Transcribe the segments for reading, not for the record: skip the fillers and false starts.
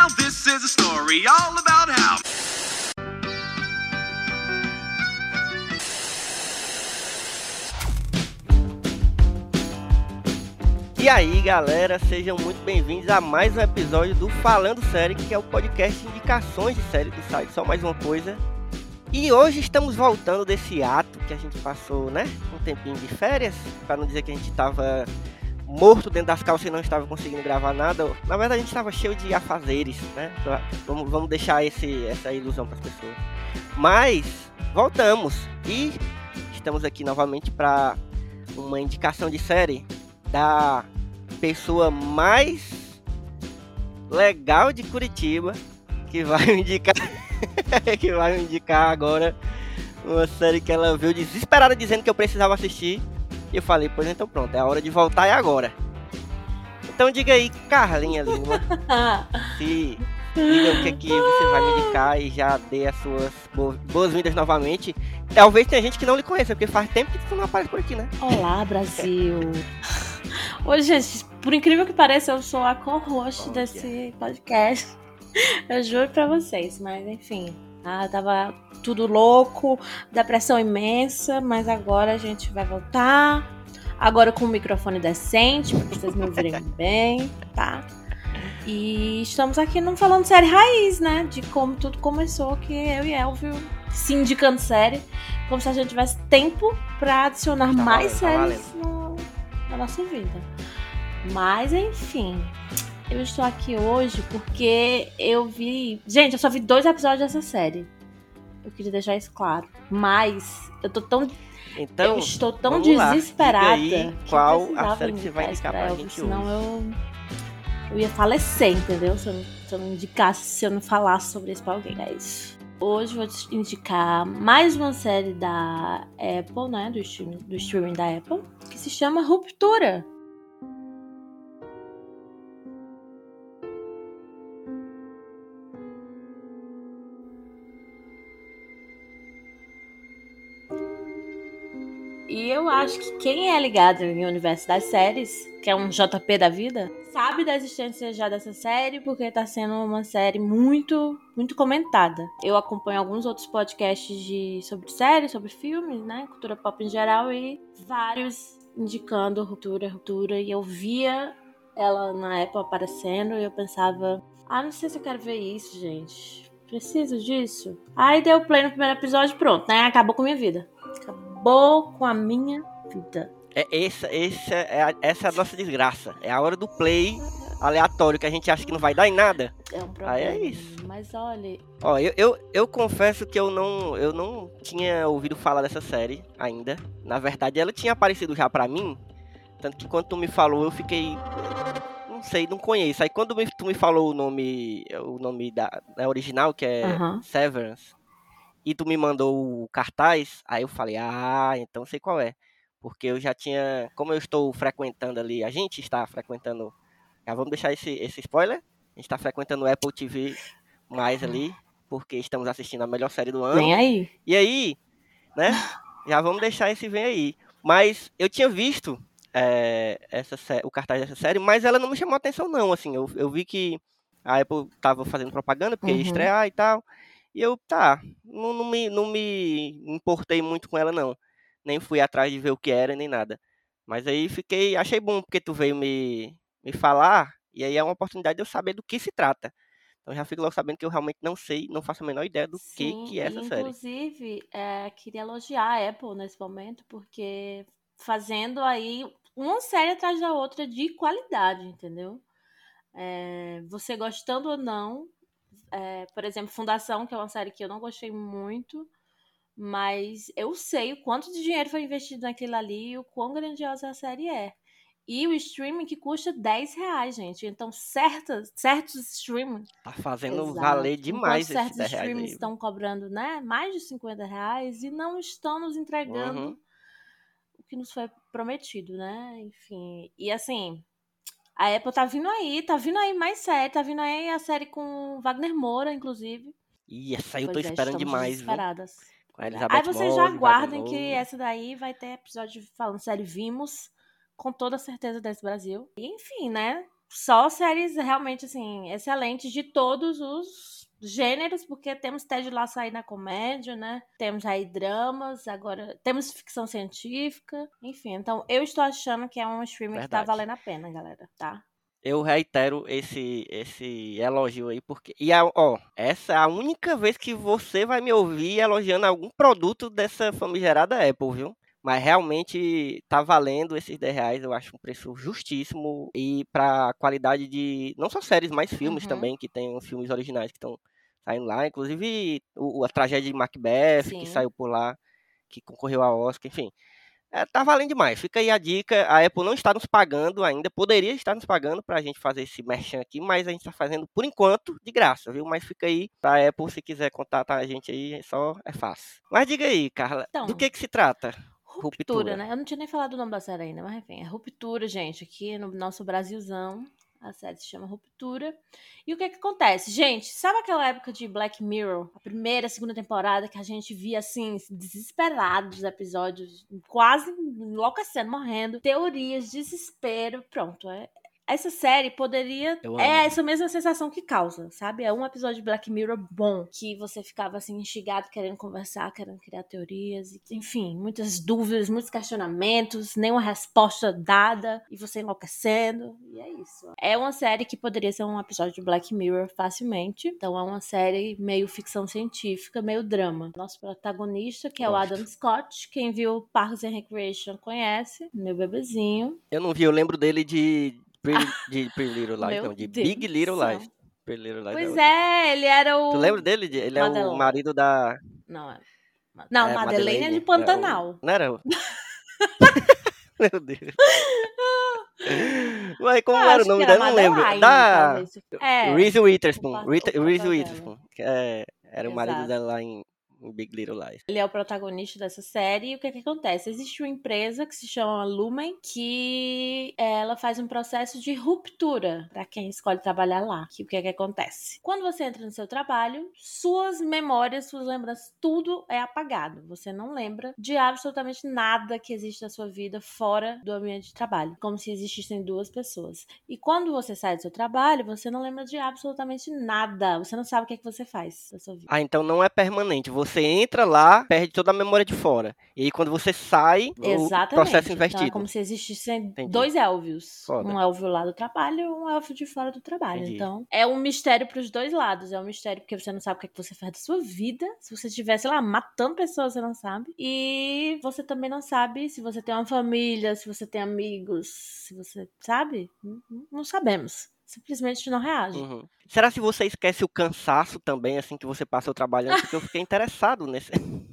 Now this is a story all about how. E aí galera, sejam muito bem-vindos a mais um episódio do Falando Série, que é o podcast de indicações de série do site Só Mais Uma Coisa. E hoje estamos voltando desse ato que a gente passou, né, um tempinho de férias, para não dizer que a gente estava morto dentro das calças e não estava conseguindo gravar nada. Na verdade a gente estava cheio de afazeres, né, vamos deixar essa ilusão para as pessoas. Mas voltamos e estamos aqui novamente para uma indicação de série da pessoa mais legal de Curitiba, que vai me indicar agora uma série que ela veio desesperada dizendo que eu precisava assistir. E eu falei, pois então pronto, é a hora de voltar, é agora. Então diga aí, Carlinha Lima, se diga o que você vai me indicar e já dê as suas boas-vindas novamente. Talvez tenha gente que não lhe conheça, porque faz tempo que você não aparece por aqui, né? Olá, Brasil! Hoje, gente, por incrível que pareça, eu sou a co-host desse podcast. Eu juro pra vocês, mas enfim, tava tudo louco, depressão imensa, mas agora a gente vai voltar. Agora com um microfone decente, pra vocês me ouvirem bem, tá? E estamos aqui não falando série raiz, né? De como tudo começou, que eu e Elvio se indicando série, como se a gente tivesse tempo pra adicionar mais séries na nossa vida. Mas enfim, eu estou aqui hoje porque eu vi... Gente, eu só vi 2 episódios dessa série. Eu queria deixar isso claro. Mas eu estou tão desesperada. Diga aí qual a série que você vai indicar pra gente senão hoje. eu ia falecer, entendeu? Se eu não indicasse, se eu não falasse sobre isso pra alguém. É isso. Hoje vou te indicar mais uma série da Apple, né? Do streaming da Apple, que se chama Ruptura. E eu acho que quem é ligado em universo das séries, que é um JP da vida, sabe da existência já dessa série, porque tá sendo uma série muito, muito comentada. Eu acompanho alguns outros podcasts sobre séries, sobre filmes, né? Cultura pop em geral, e vários indicando Ruptura, e eu via ela na Apple aparecendo, e eu pensava, não sei se eu quero ver isso, gente. Preciso disso? Aí deu play no primeiro episódio, pronto, né? Acabou com a minha vida. Acabou com a minha vida. Essa é a nossa desgraça. É a hora do play aleatório, que a gente acha que não vai dar em nada. É um problema. Aí é isso. Mas olha... Ó, eu confesso que eu não tinha ouvido falar dessa série ainda. Na verdade, ela tinha aparecido já pra mim. Tanto que quando tu me falou, eu fiquei... Não sei, não conheço. Aí quando tu me falou o nome da original, que é Severance, e tu me mandou o cartaz, aí eu falei, então sei qual é. Porque eu já tinha, como eu estou frequentando ali, a gente está frequentando, já vamos deixar esse spoiler, a gente está frequentando o Apple TV mais ali, porque estamos assistindo a melhor série do ano. Vem aí. E aí, né, já vamos deixar esse vem aí. Mas eu tinha visto o cartaz dessa série, mas ela não me chamou a atenção não, assim, eu vi que a Apple estava fazendo propaganda, porque ia estrear e tal. E eu, não me importei muito com ela, não. Nem fui atrás de ver o que era, nem nada. Mas aí achei bom, porque tu veio me falar, e aí é uma oportunidade de eu saber do que se trata. Então já fico logo sabendo que eu realmente não sei, não faço a menor ideia do que é essa série. Inclusive, queria elogiar a Apple nesse momento, porque fazendo aí uma série atrás da outra de qualidade, entendeu? Você gostando ou não, por exemplo, Fundação, que é uma série que eu não gostei muito, mas eu sei o quanto de dinheiro foi investido naquilo ali e o quão grandiosa a série é. E o streaming que custa R$10, gente. Então, certos streaming... Tá fazendo valer demais esses certos R$10 streamings aí. estão cobrando, né, mais de R$50 e não estão nos entregando o que nos foi prometido, né? Enfim, e assim... A Apple tá vindo aí mais série, tá vindo aí a série com Wagner Moura, inclusive. Ih, essa aí eu tô esperando demais, viu? Com a Elizabeth Aí vocês já Moss, aguardem que essa daí vai ter episódio falando série Vimos, com toda certeza desse Brasil. E, enfim, né? só séries realmente, assim, excelentes de todos os gêneros, porque temos Ted Lasso aí na comédia, né? Temos aí dramas, agora temos ficção científica, enfim. Então, eu estou achando que é um streaming que tá Verdade. valendo a pena, galera, tá? Eu reitero esse elogio aí, porque. Essa é a única vez que você vai me ouvir elogiando algum produto dessa famigerada Apple, viu? Mas realmente tá valendo esses R$ 10, eu acho um preço justíssimo. E pra qualidade de. Não só séries, mas filmes Uhum. também, que tem os filmes originais que estão saindo lá. Inclusive a tragédia de Macbeth, que Sim. saiu por lá, que concorreu ao Oscar, enfim. Tá valendo demais. Fica aí a dica. A Apple não está nos pagando ainda. Poderia estar nos pagando para a gente fazer esse merchan aqui, mas a gente está fazendo por enquanto de graça, viu? Mas fica aí para a Apple, se quiser contatar a gente aí, é fácil. Mas diga aí, Carla, do Então, que se trata? Ruptura, Ruptura. né? Eu não tinha nem falado o nome da série ainda, mas enfim, é Ruptura, gente, aqui no nosso Brasilzão. A série se chama Ruptura. E o que acontece? Gente, sabe aquela época de Black Mirror? A primeira, segunda temporada, que a gente via, assim, desesperado os episódios, quase enlouquecendo, morrendo. Teorias, desespero, pronto. Essa série poderia... Eu É amo. essa mesma sensação que causa, sabe? É um episódio de Black Mirror bom, que você ficava, assim, instigado, querendo conversar, querendo criar teorias. Enfim, muitas dúvidas, muitos questionamentos, nenhuma resposta dada, e você enlouquecendo. E é isso. É uma série que poderia ser um episódio de Black Mirror facilmente. Então é uma série meio ficção científica, meio drama. Nosso protagonista, que é o Adam Gosto. Scott. Quem viu Parks and Recreation conhece. Meu bebezinho. Eu não vi, eu lembro dele de Pretty Little Lies, Meu não, de Deus Big do Little Lies. céu. Pretty Little Lies é Pois outro. é, ele era Tu lembra o dele? Ele é o Madelon. marido da. Não, não, Madeleine é de Madeleine. Pantanal. Não era? Meu Deus. Mas como era o Acho que nome era dela? Eu não lembro. Madeline, Da talvez. É, Reese Witherspoon. o Reese papel dela. Witherspoon. Que era o marido Exato. dela lá em Big Little Lies. Ele é o protagonista dessa série. E o que acontece? Existe uma empresa que se chama Lumen, que ela faz um processo de ruptura para quem escolhe trabalhar lá. Que o que acontece? Quando você entra no seu trabalho, suas memórias, suas lembranças, tudo é apagado. Você não lembra de absolutamente nada que existe na sua vida fora do ambiente de trabalho. Como se existissem duas pessoas. E quando você sai do seu trabalho, você não lembra de absolutamente nada. Você não sabe o que é que você faz da sua vida. Ah, então não é permanente. Você entra lá, perde toda a memória de fora. E aí quando você sai, o processo Exatamente. Então é invertido. como se existissem Entendi. dois Elvios. Foda. Um Elvio lá do trabalho e um Elvio de fora do trabalho. Entendi. Então é um mistério pros dois lados. É um mistério porque você não sabe o que é que você faz da sua vida. Se você estiver, sei lá, matando pessoas, você não sabe. E você também não sabe se você tem uma família, se você tem amigos, se você sabe. Não sabemos. Simplesmente não reage. Uhum. Será se você esquece o cansaço também, assim, que você passou trabalhando? Porque eu fiquei interessado nesse...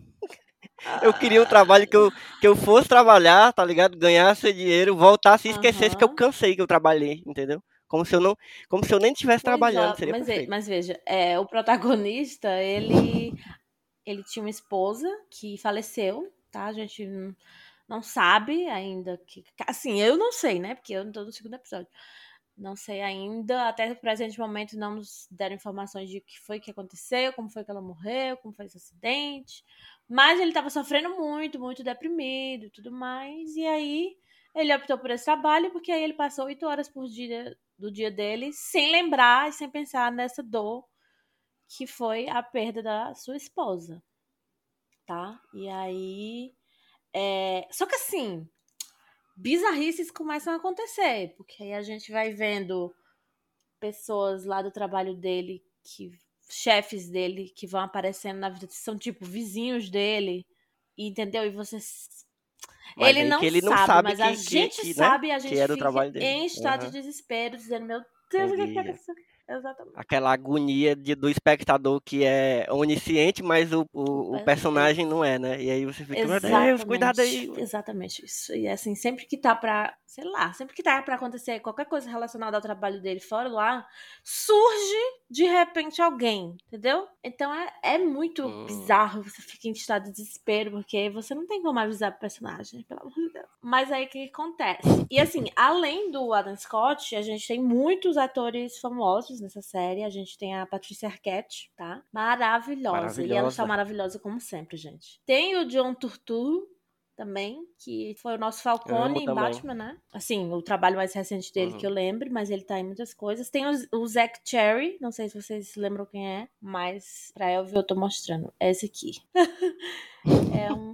Eu queria um trabalho que eu fosse trabalhar, tá ligado? Ganhasse dinheiro, voltasse e esquecesse que eu cansei que eu trabalhei, entendeu? Como se eu nem estivesse trabalhando, seria perfeito. Mas veja, o protagonista, ele tinha uma esposa que faleceu, tá? A gente não sabe ainda que... Assim, eu não sei, né? Porque eu não tô no segundo episódio. Não sei ainda, até o presente momento não nos deram informações de o que foi que aconteceu, como foi que ela morreu, como foi esse acidente. Mas ele estava sofrendo muito, muito deprimido e tudo mais. E aí ele optou por esse trabalho, porque aí ele passou 8 horas por dia do dia dele sem lembrar e sem pensar nessa dor que foi a perda da sua esposa, tá? E aí... Só que assim... bizarrices começam a acontecer, porque aí a gente vai vendo pessoas lá do trabalho dele, chefes dele, que vão aparecendo na vida, são tipo vizinhos dele, entendeu? E você... Mas ele aí não que ele não sabe, sabe mas a gente sabe, né? e a Que gente era o fica trabalho dele. em estado Uhum. de desespero, dizendo, meu Deus, o que Entendi. aconteceu? Exatamente. Aquela agonia do espectador que é onisciente, mas o personagem não é, né? E aí você fica, meu Deus, cuidado aí. Exatamente isso. E assim, sempre que tá pra, sei lá, sempre que tá pra acontecer qualquer coisa relacionada ao trabalho dele fora lá, surge de repente alguém, entendeu? Então é muito bizarro, você fica em estado de desespero, porque você não tem como avisar o personagem, pelo amor de Deus. Mas aí o que acontece? E assim, além do Adam Scott, a gente tem muitos atores famosos nessa série. A gente tem a Patricia Arquette, tá? Maravilhosa. E ela está maravilhosa como sempre, gente. Tem o John Turturro também, que foi o nosso Amo Falcone em também. Batman, né? Assim, o trabalho mais recente dele que eu Uhum. lembro, mas ele tá em muitas coisas. Tem o Zack Cherry, não sei se vocês lembram quem é, mas pra Elvio eu tô mostrando. É esse aqui. É um...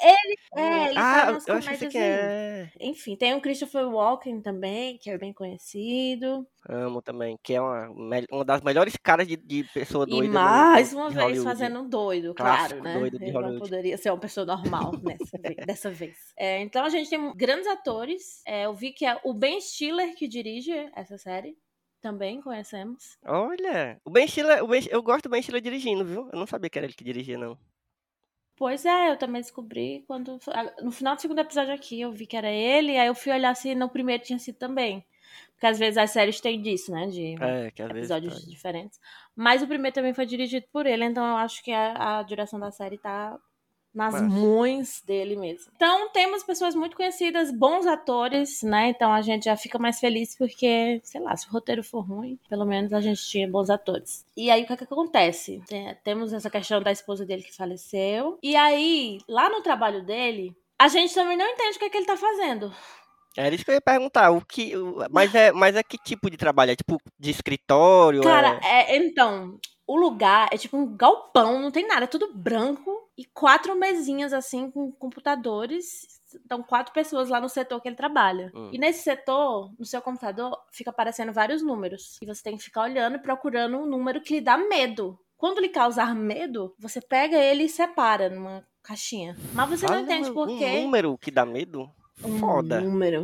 ele faz umas Eu acho que eu sei comédias quem aí. é. Enfim, tem o Christopher Walken também, que é bem conhecido. Amo também, que é uma das melhores caras de pessoa E doida mais uma de vez Hollywood. fazendo um doido, claro, Clássico né? doido de Ele não Hollywood. poderia ser uma pessoa normal dessa vez. Então a gente tem grandes atores. Eu vi que é o Ben Stiller que dirige essa série. Também conhecemos. Olha, eu gosto do Ben Stiller dirigindo, viu? Eu não sabia que era ele que dirigia, não. Pois é, eu também descobri quando. No final do segundo episódio aqui, eu vi que era ele, aí eu fui olhar se no primeiro tinha sido também. Porque às vezes as séries têm disso, né? De Que às vezes episódios pode. diferentes. Mas o primeiro também foi dirigido por ele, então eu acho que a direção da série tá nas Massa. mãos dele mesmo. Então temos pessoas muito conhecidas, bons atores, né? Então a gente já fica mais feliz porque, sei lá, se o roteiro for ruim, pelo menos a gente tinha bons atores. E aí o que é que acontece? Temos essa questão da esposa dele que faleceu. E aí, lá no trabalho dele, a gente também não entende o que é que ele tá fazendo. Era isso que eu ia perguntar. Mas é que tipo de trabalho? É tipo de escritório? Cara, então, o lugar é tipo um galpão, não tem nada, é tudo branco e 4 mesinhas assim com computadores. Então, 4 pessoas lá no setor que ele trabalha. E nesse setor, no seu computador, fica aparecendo vários números. E você tem que ficar olhando e procurando um número que lhe dá medo. Quando lhe causar medo, você pega ele e separa numa caixinha. Mas você não entende por Um quê. número que dá medo? Um Foda.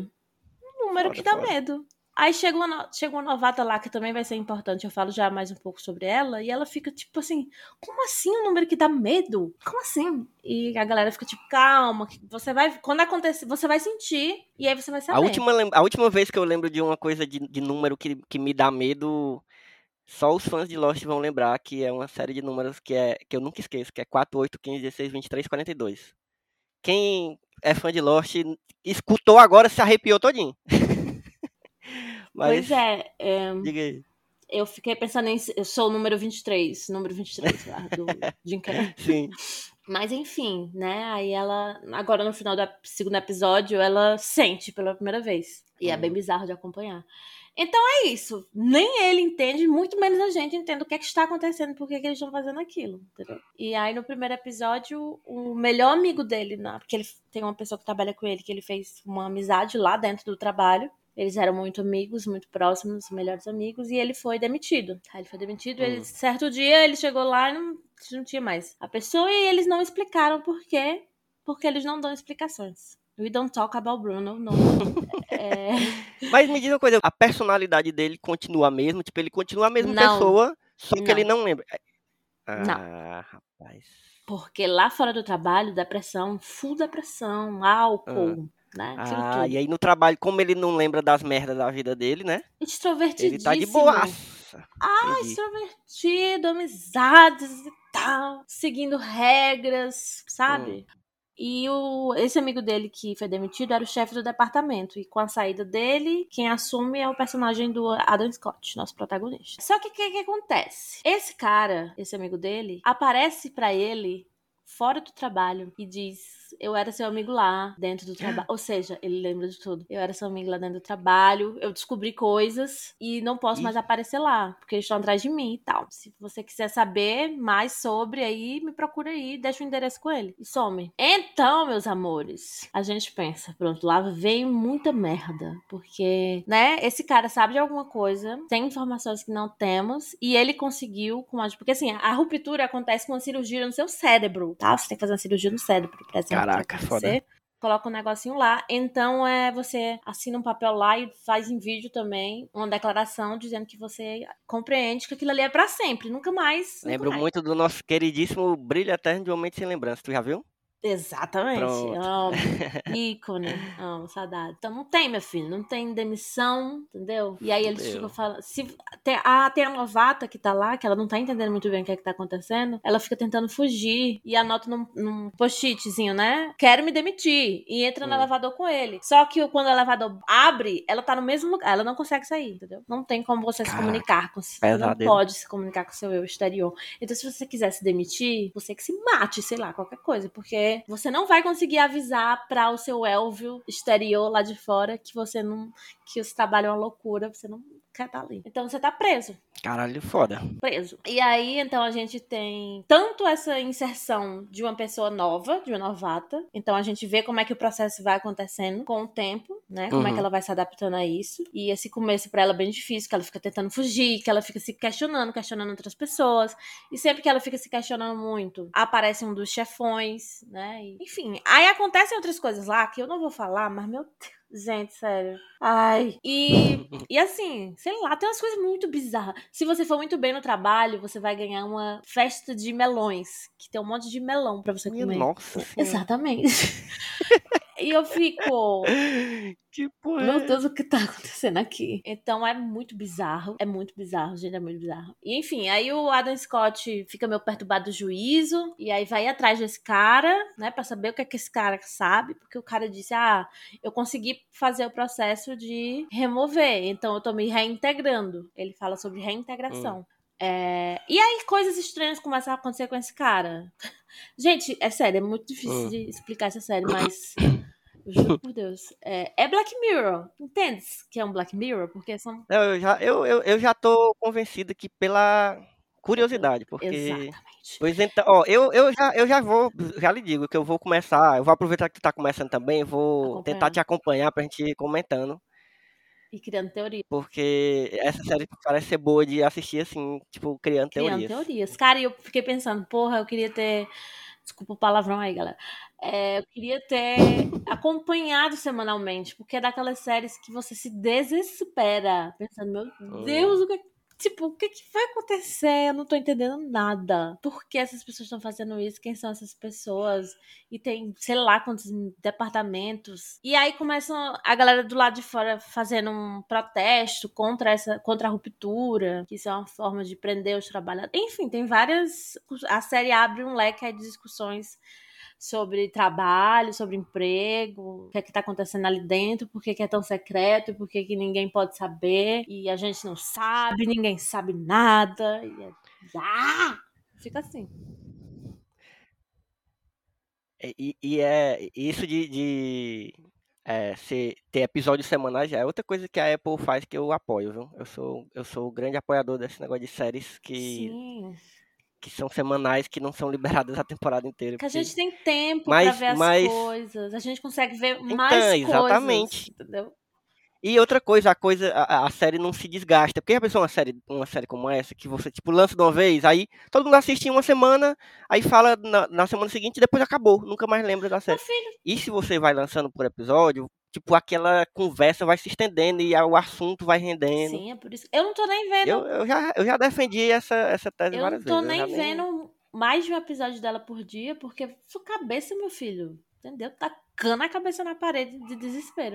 número que dá Foda. medo. Aí chega uma novata lá que também vai ser importante, eu falo já mais um pouco sobre ela, e ela fica tipo assim, como assim um número que dá medo? Como assim? E a galera fica tipo, calma, que você vai, quando acontecer, você vai sentir, e aí você vai saber. A última vez que eu lembro de uma coisa de número que me dá medo, só os fãs de Lost vão lembrar que é uma série de números que eu nunca esqueço, que é 4, 8, 15, 16, 23, 42. Quem é fã de Lost escutou agora, se arrepiou todinho. Mas, Pois é, diga aí. eu fiquei pensando eu sou o número 23 lá, do Jim Carrey. Sim. Mas enfim, né? Aí ela, agora no final do segundo episódio, ela sente pela primeira vez. E é bem bizarro de acompanhar. Então é isso. Nem ele entende, muito menos a gente entende o que é que está acontecendo, por que eles estão fazendo aquilo, entendeu? E aí no primeiro episódio, o melhor amigo dele, porque ele tem uma pessoa que trabalha com ele, que ele fez uma amizade lá dentro do trabalho. Eles eram muito amigos, muito próximos, melhores amigos, e ele foi demitido. Aí ele foi demitido, certo dia ele chegou lá e não tinha mais a pessoa, e eles não explicaram por quê, porque eles não dão explicações. We don't talk about Bruno, não. Mas me diz uma coisa, a personalidade dele continua a mesma? Tipo, ele continua a mesma Não. pessoa, só que Não. ele não lembra. Não. Rapaz. Porque lá fora do trabalho, depressão, full depressão, álcool, né? Aquilo tudo. E aí no trabalho, como ele não lembra das merdas da vida dele, né? Extrovertidíssimo. Ele tá de boaça. Entendi. Extrovertido, amizades e tal, seguindo regras, sabe? E esse amigo dele que foi demitido era o chefe do departamento. E com a saída dele, quem assume é o personagem do Adam Scott, nosso protagonista. Só que o que acontece? Esse cara, esse amigo dele, aparece pra ele fora do trabalho e diz: eu era seu amigo lá dentro do trabalho. Ou seja, ele lembra de tudo. Eu era seu amigo lá dentro do trabalho, eu descobri coisas e não posso mais aparecer lá, porque eles estão atrás de mim e tal. Se você quiser saber mais sobre aí, me procura aí, deixa o endereço com ele e some. Então, meus amores, a gente pensa, pronto, lá vem muita merda, porque, né, esse cara sabe de alguma coisa, tem informações que não temos, e ele conseguiu, porque assim, a ruptura acontece com uma cirurgia no seu cérebro, tá? Você tem que fazer uma cirurgia no cérebro, por exemplo. Caraca, foda. Coloca um negocinho lá. Então, você assina um papel lá e faz em vídeo também uma declaração dizendo que você compreende que aquilo ali é pra sempre, nunca mais. Lembro muito do nosso queridíssimo Brilho Eterno de um Momento Sem Lembrança. Tu já viu? Exatamente. Pronto. Amo. Ícone. Amo, saudade. Então não tem, meu filho. Não tem demissão, entendeu? E aí eles ficam falando... Tem a novata que tá lá, que ela não tá entendendo muito bem o que é que tá acontecendo. Ela fica tentando fugir e anota num post-itzinho, né? Quero me demitir. E entra no elevador com ele. Só que quando o elevador abre, ela tá no mesmo lugar. Ela não consegue sair, entendeu? Não tem como você se comunicar com... Você não pode se comunicar com o seu eu exterior. Então se você quiser se demitir, você que se mate, sei lá, qualquer coisa. Porque você não vai conseguir avisar para o seu Elvio exterior lá de fora que você não, que esse trabalho é uma loucura, você não quer estar ali. Então você tá preso. Caralho, foda. Preso. E aí, então, a gente tem tanto essa inserção de uma pessoa nova, de uma novata. Então, a gente vê como é que o processo vai acontecendo com o tempo, né? Como é que ela vai se adaptando a isso. E esse começo pra ela é bem difícil, que ela fica tentando fugir, que ela fica se questionando outras pessoas. E sempre que ela fica se questionando muito, aparece um dos chefões, né? E, enfim, aí acontecem outras coisas lá que eu não vou falar, mas meu Deus. Gente, sério. Ai. E assim, sei lá, tem umas coisas muito bizarras. Se você for muito bem no trabalho, você vai ganhar uma festa de melões. Que tem um monte de melão pra você Minha comer. nossa senhora. Exatamente. E eu fico... Que porra Meu é Deus, o que tá acontecendo aqui? Então é muito bizarro. É muito bizarro, gente, é muito bizarro. E enfim, aí o Adam Scott fica meio perturbado do juízo. E aí vai atrás desse cara, né? Pra saber o que é que esse cara sabe. Porque o cara disse, eu consegui fazer o processo de remover. Então eu tô me reintegrando. Ele fala sobre reintegração. E aí coisas estranhas começam a acontecer com esse cara. Gente, é sério, é muito difícil de explicar essa série, mas... Eu juro por Deus. É Black Mirror. Entende que é um Black Mirror? Porque são... Não, eu já tô convencido que pela curiosidade, porque... Exatamente. Pois então, ó, eu já vou, já lhe digo que eu vou começar, eu vou aproveitar que tu tá começando também, vou tentar te acompanhar pra gente ir comentando. E criando teoria. Porque essa série parece ser boa de assistir, assim, tipo, criando teorias. Cara, e eu fiquei pensando, porra, eu queria ter... Desculpa o palavrão aí, galera. Eu queria ter acompanhado semanalmente, porque é daquelas séries que você se desespera, pensando, meu Deus, o que vai acontecer? Eu não tô entendendo nada. Por que essas pessoas estão fazendo isso? Quem são essas pessoas? E tem, sei lá, quantos departamentos. E aí começam a galera do lado de fora fazendo um protesto contra a ruptura, que isso é uma forma de prender os trabalhadores. Enfim, tem várias... A série abre um leque aí de discussões sobre trabalho, sobre emprego, o que é que tá acontecendo ali dentro, por que é tão secreto, por que ninguém pode saber, e a gente não sabe, ninguém sabe nada, fica assim. É isso ter episódios semanais já é outra coisa que a Apple faz que eu apoio, viu? Eu sou o grande apoiador desse negócio de séries Sim. que são semanais, que não são liberadas a temporada inteira. Que a gente tem tempo pra ver as coisas, a gente consegue ver mais coisas, exatamente. entendeu? E outra coisa, a série não se desgasta. Porque a pessoa uma série como essa, que você, tipo, lança de uma vez, aí todo mundo assiste em uma semana, aí fala na semana seguinte e depois acabou. Nunca mais lembra da série. E se você vai lançando por episódio, tipo, aquela conversa vai se estendendo e o assunto vai rendendo. Sim, é por isso. Eu não tô nem vendo. Eu já defendi essa tese várias vezes. Eu não tô nem vendo mais de um episódio dela por dia, porque sua cabeça, meu filho, entendeu? Tacando a cabeça na parede de desespero.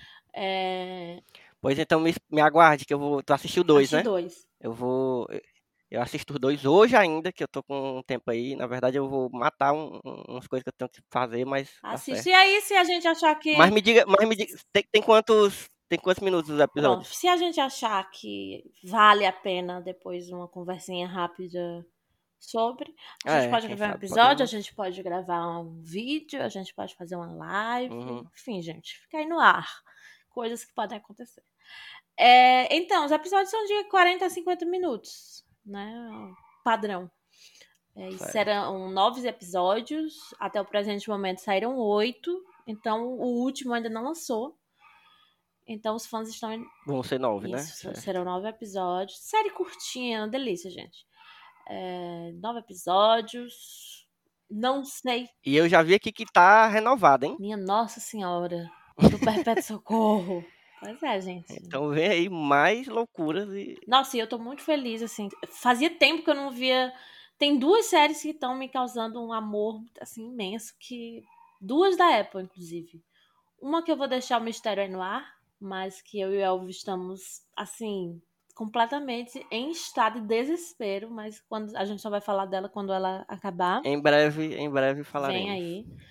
Pois então me aguarde, que tu assistiu 2, né? 2. Eu assisto os 2 hoje ainda, que eu tô com um tempo aí. Na verdade, eu vou matar umas coisas que eu tenho que fazer, mas assiste. E aí, se a gente achar que... Mas me diga, tem quantos minutos os episódios? Pronto, se a gente achar que vale a pena depois uma conversinha rápida sobre, a gente pode gravar um episódio, a gente pode gravar um vídeo, a gente pode fazer uma live, enfim, gente, fica aí no ar. Coisas que podem acontecer. Então, os episódios são de 40 a 50 minutos, né? Padrão. Serão 9 episódios. Até o presente momento saíram 8. Então, o último ainda não lançou. Então, os fãs estão... Vão ser 9, né? Serão 9 episódios. Série curtinha, uma delícia, gente. 9 episódios. Não sei. E eu já vi aqui que tá renovada, hein? Minha Nossa Senhora. Do Perpétuo Socorro. Pois é, gente. Então vem aí mais loucuras e... Nossa, e eu tô muito feliz, assim. Fazia tempo que eu não via... Tem 2 séries que estão me causando um amor, assim, imenso. 2 da Apple, inclusive. Uma que eu vou deixar o mistério aí no ar, mas que eu e o Elvio estamos, assim, completamente em estado de desespero. Mas a gente só vai falar dela quando ela acabar. Em breve falaremos. Vem aí.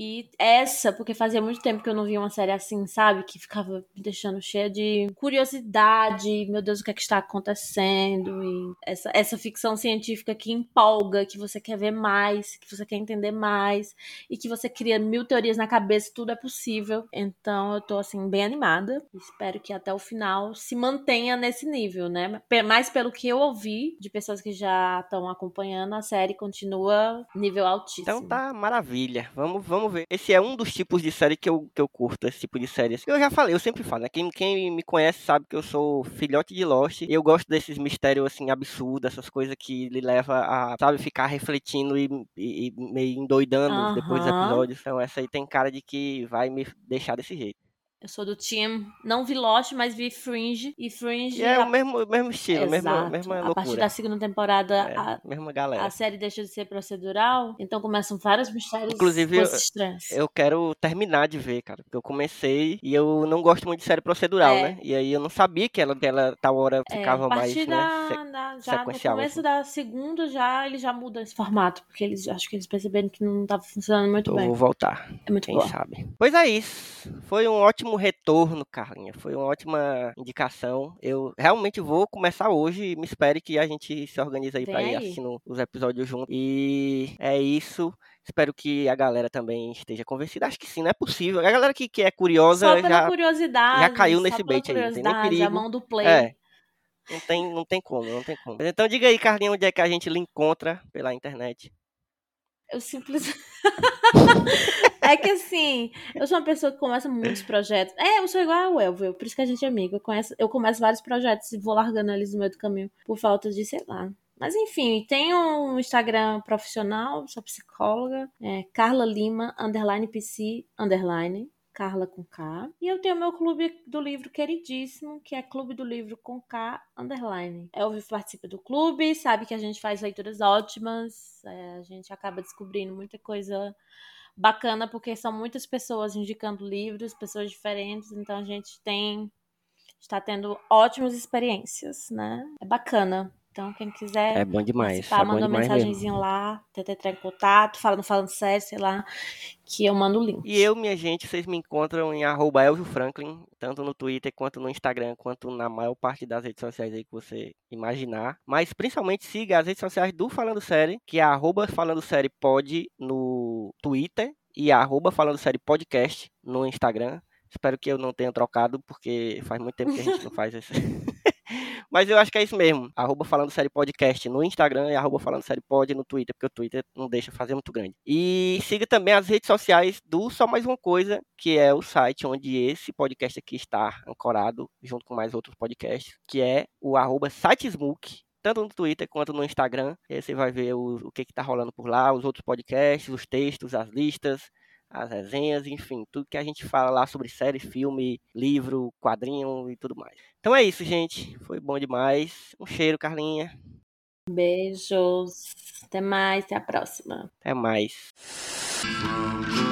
E essa, porque fazia muito tempo que eu não via uma série assim, sabe? Que ficava me deixando cheia de curiosidade, meu Deus, o que é que está acontecendo? E essa ficção científica que empolga, que você quer ver mais, que você quer entender mais, e que você cria mil teorias na cabeça, tudo é possível. Então eu tô, assim, bem animada. Espero que até o final se mantenha nesse nível, né? Mas pelo que eu ouvi de pessoas que já estão acompanhando, a série continua nível altíssimo. Então tá maravilha. Vamos ver. Esse é um dos tipos de série que eu curto, esse tipo de série. Eu já falei, eu sempre falo, né? Quem me conhece sabe que eu sou filhote de Lost. E eu gosto desses mistérios, assim, absurdos, essas coisas que lhe leva a, sabe, ficar refletindo e meio endoidando depois dos episódios. Então essa aí tem cara de que vai me deixar desse jeito. Eu sou do team, não vi Lost, mas vi Fringe. E Fringe... E é o mesmo estilo, Exato. mesma A partir loucura. da segunda temporada, Mesma a galera. série deixa de ser procedural. Então começam vários mistérios, Inclusive, coisas estranhas. eu quero terminar de ver, cara. Porque eu comecei e eu não gosto muito de série procedural, né? E aí eu não sabia que ela tal hora ficava mais, né, já no sequencial. começo Assim. da segunda, ele já muda esse formato. Porque acho que eles perceberam que não estava funcionando muito bem. Eu vou voltar. É muito Quem boa. sabe. Pois é isso. Foi um ótimo retorno, Carlinha. Foi uma ótima indicação. Eu realmente vou começar hoje. Me espere que a gente se organiza aí pra ir assistindo os episódios juntos. E é isso. Espero que a galera também esteja convencida. Acho que sim, não é possível. A galera que é curiosa só pela curiosidade, já caiu só nesse pela bait aí. Não tem nem curiosidade, perigo. a mão do play. É. Não tem como. Mas então diga aí, Carlinha, onde é que a gente lhe encontra pela internet? Eu simplesmente... É que assim, eu sou uma pessoa que começa muitos projetos. Eu sou igual a Elvio, por isso que a gente é amigo. Eu começo vários projetos e vou largando eles no meio do caminho por falta de, sei lá. Mas enfim, tenho um Instagram profissional, sou psicóloga, Carla Lima, _PC, Carla com K. E eu tenho meu clube do livro queridíssimo, que é Clube do Livro com K, _. Elvio participa do clube, sabe que a gente faz leituras ótimas, a gente acaba descobrindo muita coisa bacana, porque são muitas pessoas indicando livros, pessoas diferentes, então a gente está tendo ótimas experiências, né? É bacana. Então, quem quiser É bom demais, participar, manda uma mensagenzinha lá, tenta entrar em contato, falando sério, sei lá, que eu mando o link. E eu, minha gente, vocês me encontram em @ElvioFranklin, tanto no Twitter, quanto no Instagram, quanto na maior parte das redes sociais aí que você imaginar. Mas, principalmente, siga as redes sociais do Falando Série, que é @FalandoSériePod no Twitter e @FalandoSériePodcast no Instagram. Espero que eu não tenha trocado, porque faz muito tempo que a gente não faz isso. Mas eu acho que é isso mesmo. @Falando Série Podcast no Instagram e @Falando Série Pod no Twitter, porque o Twitter não deixa fazer muito grande. E siga também as redes sociais do Só Mais Uma Coisa, que é o site onde esse podcast aqui está ancorado, junto com mais outros podcasts, que é o @SitesMook, tanto no Twitter quanto no Instagram. E aí você vai ver o que tá rolando por lá, os outros podcasts, os textos, as listas, as resenhas, enfim, tudo que a gente fala lá sobre série, filme, livro, quadrinho e tudo mais. Então é isso, gente. Foi bom demais. Um cheiro, Carlinha. Beijos. Até mais, até a próxima. Até mais.